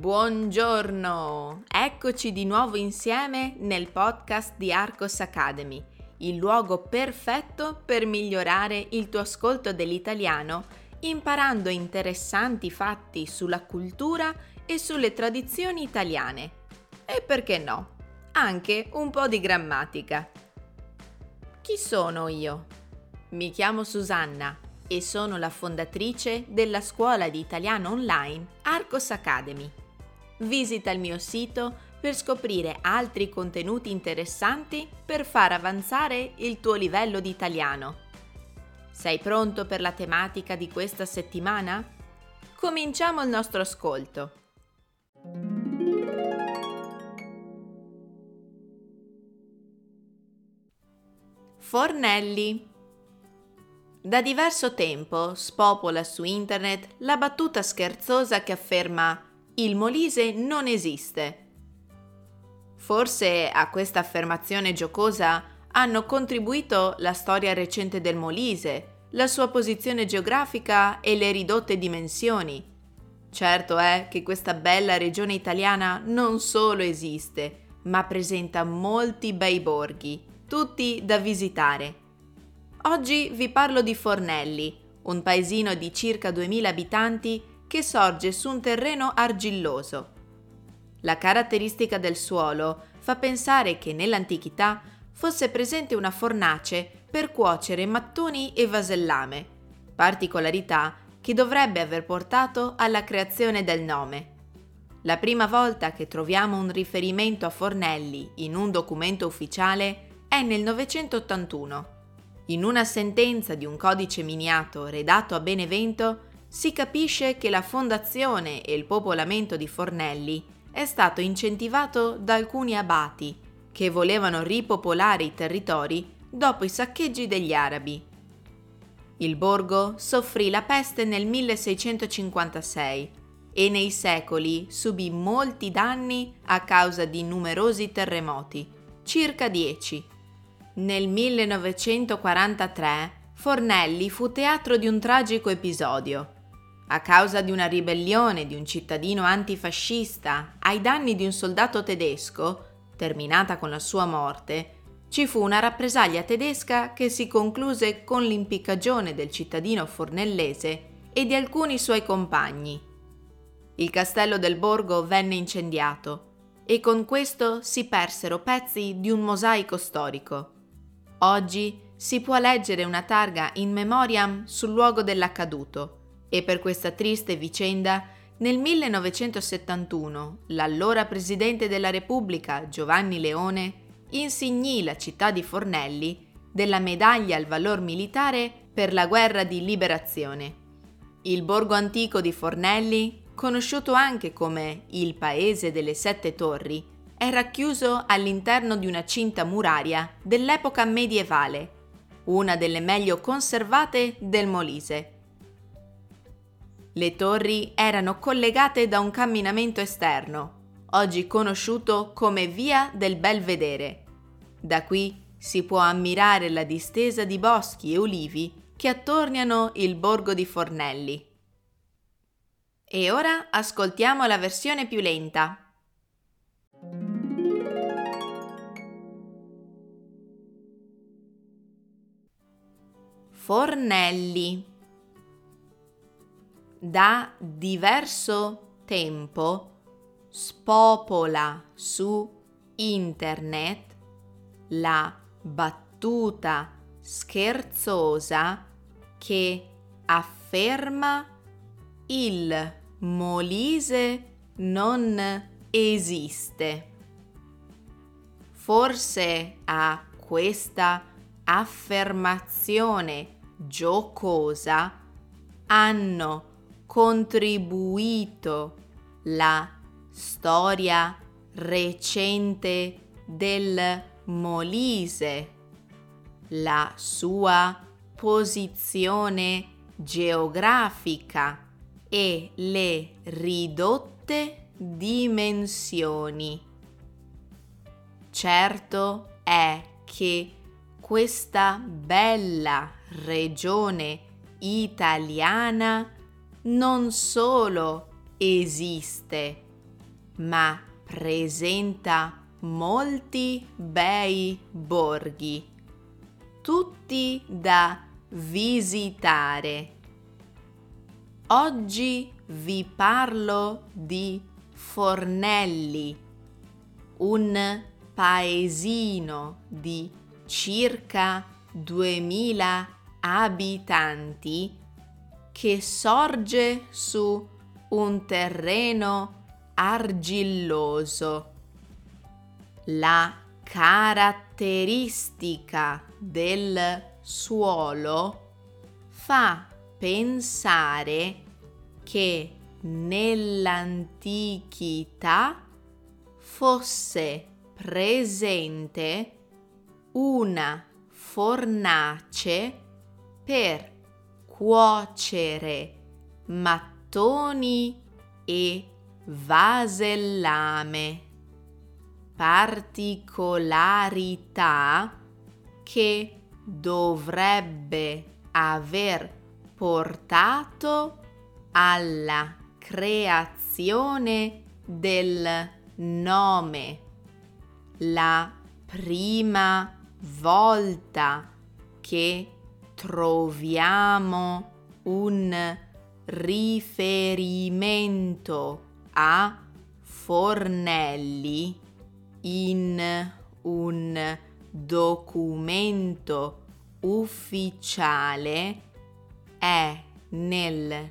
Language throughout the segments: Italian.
Buongiorno! Eccoci di nuovo insieme nel podcast di Arcos Academy, il luogo perfetto per migliorare il tuo ascolto dell'italiano, imparando interessanti fatti sulla cultura e sulle tradizioni italiane. E perché no? Anche un po' di grammatica. Chi sono io? Mi chiamo Susanna e sono la fondatrice della scuola di italiano online Arcos Academy. Visita il mio sito per scoprire altri contenuti interessanti per far avanzare il tuo livello di italiano. Sei pronto per la tematica di questa settimana? Cominciamo il nostro ascolto. Fornelli. Da diverso tempo spopola su internet la battuta scherzosa che afferma «Il Molise non esiste». Forse a questa affermazione giocosa hanno contribuito la storia recente del Molise, la sua posizione geografica e le ridotte dimensioni. Certo è che questa bella regione italiana non solo esiste, ma presenta molti bei borghi, tutti da visitare. Oggi vi parlo di Fornelli, un paesino di circa 2000 abitanti che sorge su un terreno argilloso. La caratteristica del suolo fa pensare che nell'antichità fosse presente una fornace per cuocere mattoni e vasellame, particolarità che dovrebbe aver portato alla creazione del nome. La prima volta che troviamo un riferimento a Fornelli in un documento ufficiale è nel 981. In una sentenza di un codice miniato redatto a Benevento si capisce che la fondazione e il popolamento di Fornelli è stato incentivato da alcuni abati che volevano ripopolare i territori dopo i saccheggi degli arabi. Il borgo soffrì la peste nel 1656 e nei secoli subì molti danni a causa di numerosi terremoti, circa 10. Nel 1943 Fornelli fu teatro di un tragico episodio. A causa di una ribellione di un cittadino antifascista ai danni di un soldato tedesco, terminata con la sua morte, ci fu una rappresaglia tedesca che si concluse con l'impiccagione del cittadino fornellese e di alcuni suoi compagni. Il castello del borgo venne incendiato e con questo si persero pezzi di un mosaico storico. Oggi si può leggere una targa in memoriam sul luogo dell'accaduto e per questa triste vicenda nel 1971 l'allora presidente della Repubblica Giovanni Leone insignì la città di Fornelli della medaglia al valor militare per la guerra di liberazione. Il borgo antico di Fornelli, conosciuto anche come il Paese delle Sette Torri, è racchiuso all'interno di una cinta muraria dell'epoca medievale, una delle meglio conservate del Molise. Le torri erano collegate da un camminamento esterno, oggi conosciuto come Via del Belvedere. Da qui si può ammirare la distesa di boschi e ulivi che attorniano il borgo di Fornelli. E ora ascoltiamo la versione più lenta. Fornelli. Da diverso tempo spopola su internet la battuta scherzosa che afferma il Molise non esiste. Forse a questa affermazione giocosa hanno contribuito la storia recente del Molise, la sua posizione geografica e le ridotte dimensioni. Certo è che questa bella regione italiana non solo esiste, ma presenta molti bei borghi, tutti da visitare. Oggi vi parlo di Fornelli, un paesino di circa 2000 abitanti che sorge su un terreno argilloso. La caratteristica del suolo fa pensare che nell'antichità fosse presente una fornace per cuocere mattoni e vasellame, particolarità che dovrebbe aver portato alla creazione del nome. La prima volta che troviamo un riferimento a Fornelli in un documento ufficiale è nel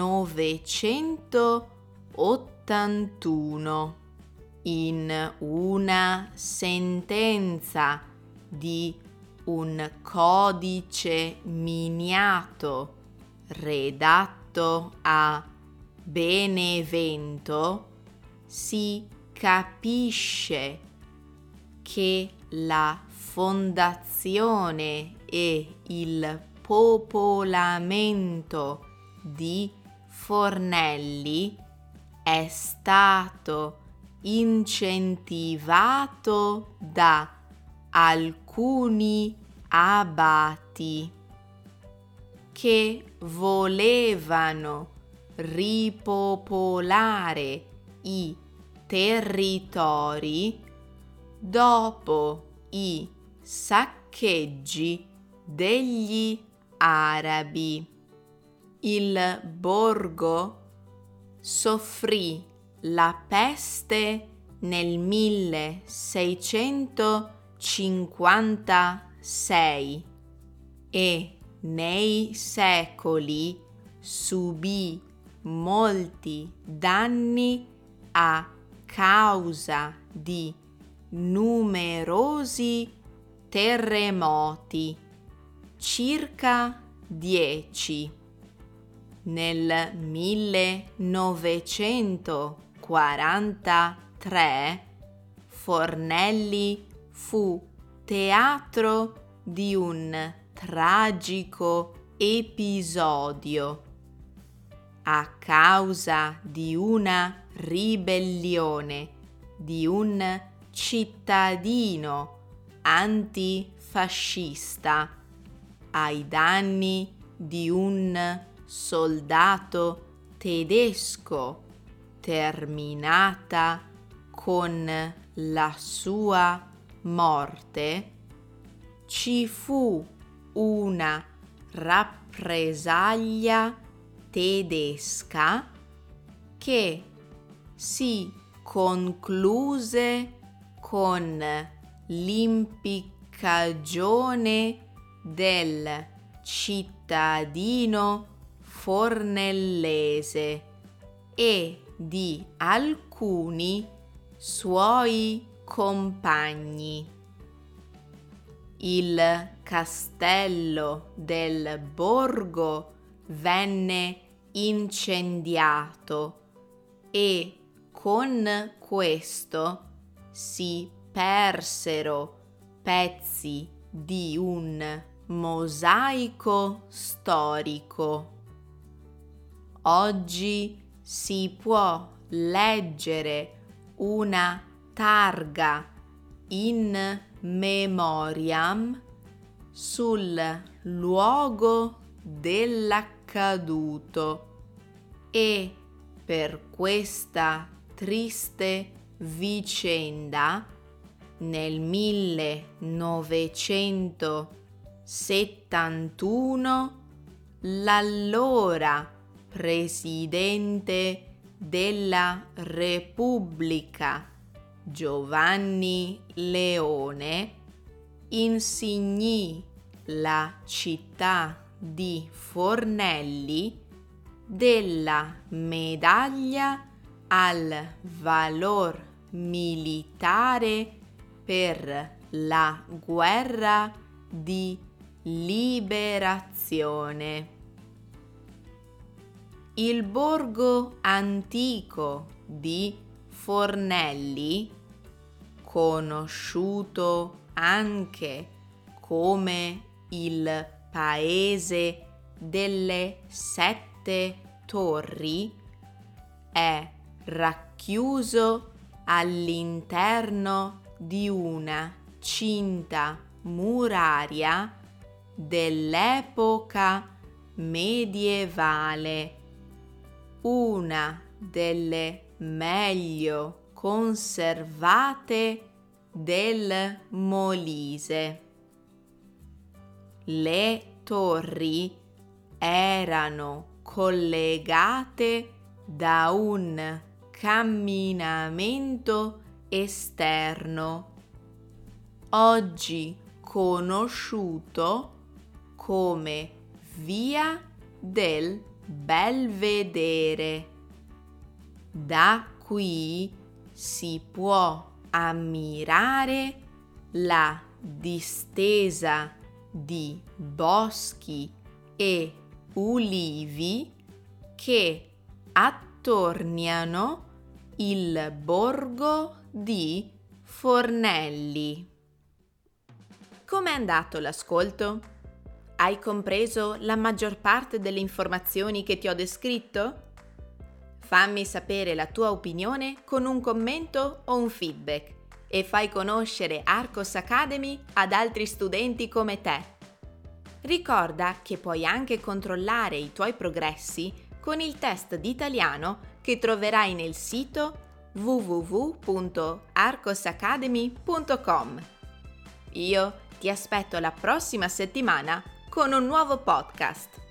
981 in una sentenza di un codice miniato redatto a Benevento. Si capisce che la fondazione e il popolamento di Fornelli è stato incentivato da alcuni abati che volevano ripopolare i territori dopo i saccheggi degli arabi. Il borgo soffrì la peste nel 1656 e nei secoli subì molti danni a causa di numerosi terremoti, circa 10. Nel 1943 Fornelli fu teatro di un tragico episodio a causa di una ribellione di un cittadino antifascista ai danni di un soldato tedesco, terminata con la sua morte. Ci fu una rappresaglia tedesca che si concluse con l'impiccagione del cittadino fornellese e di alcuni suoi compagni. Il castello del borgo venne incendiato e con questo si persero pezzi di un mosaico storico. Oggi si può leggere una targa in memoriam sul luogo dell'accaduto e per questa triste vicenda nel 1971 l'allora presidente della Repubblica Giovanni Leone insignì la città di Fornelli della medaglia al valor militare per la guerra di liberazione. Il borgo antico di Fornelli, conosciuto anche come il Paese delle Sette Torri, è racchiuso all'interno di una cinta muraria dell'epoca medievale, una delle meglio conservate del Molise. Le torri erano collegate da un camminamento esterno, oggi conosciuto come Via del Belvedere. Da qui si può ammirare la distesa di boschi e ulivi che attorniano il borgo di Fornelli. Com'è andato l'ascolto? Hai compreso la maggior parte delle informazioni che ti ho descritto? Fammi sapere la tua opinione con un commento o un feedback e fai conoscere Arcos Academy ad altri studenti come te. Ricorda che puoi anche controllare i tuoi progressi con il test di italiano che troverai nel sito www.arcosacademy.com. Io ti aspetto la prossima settimana con un nuovo podcast.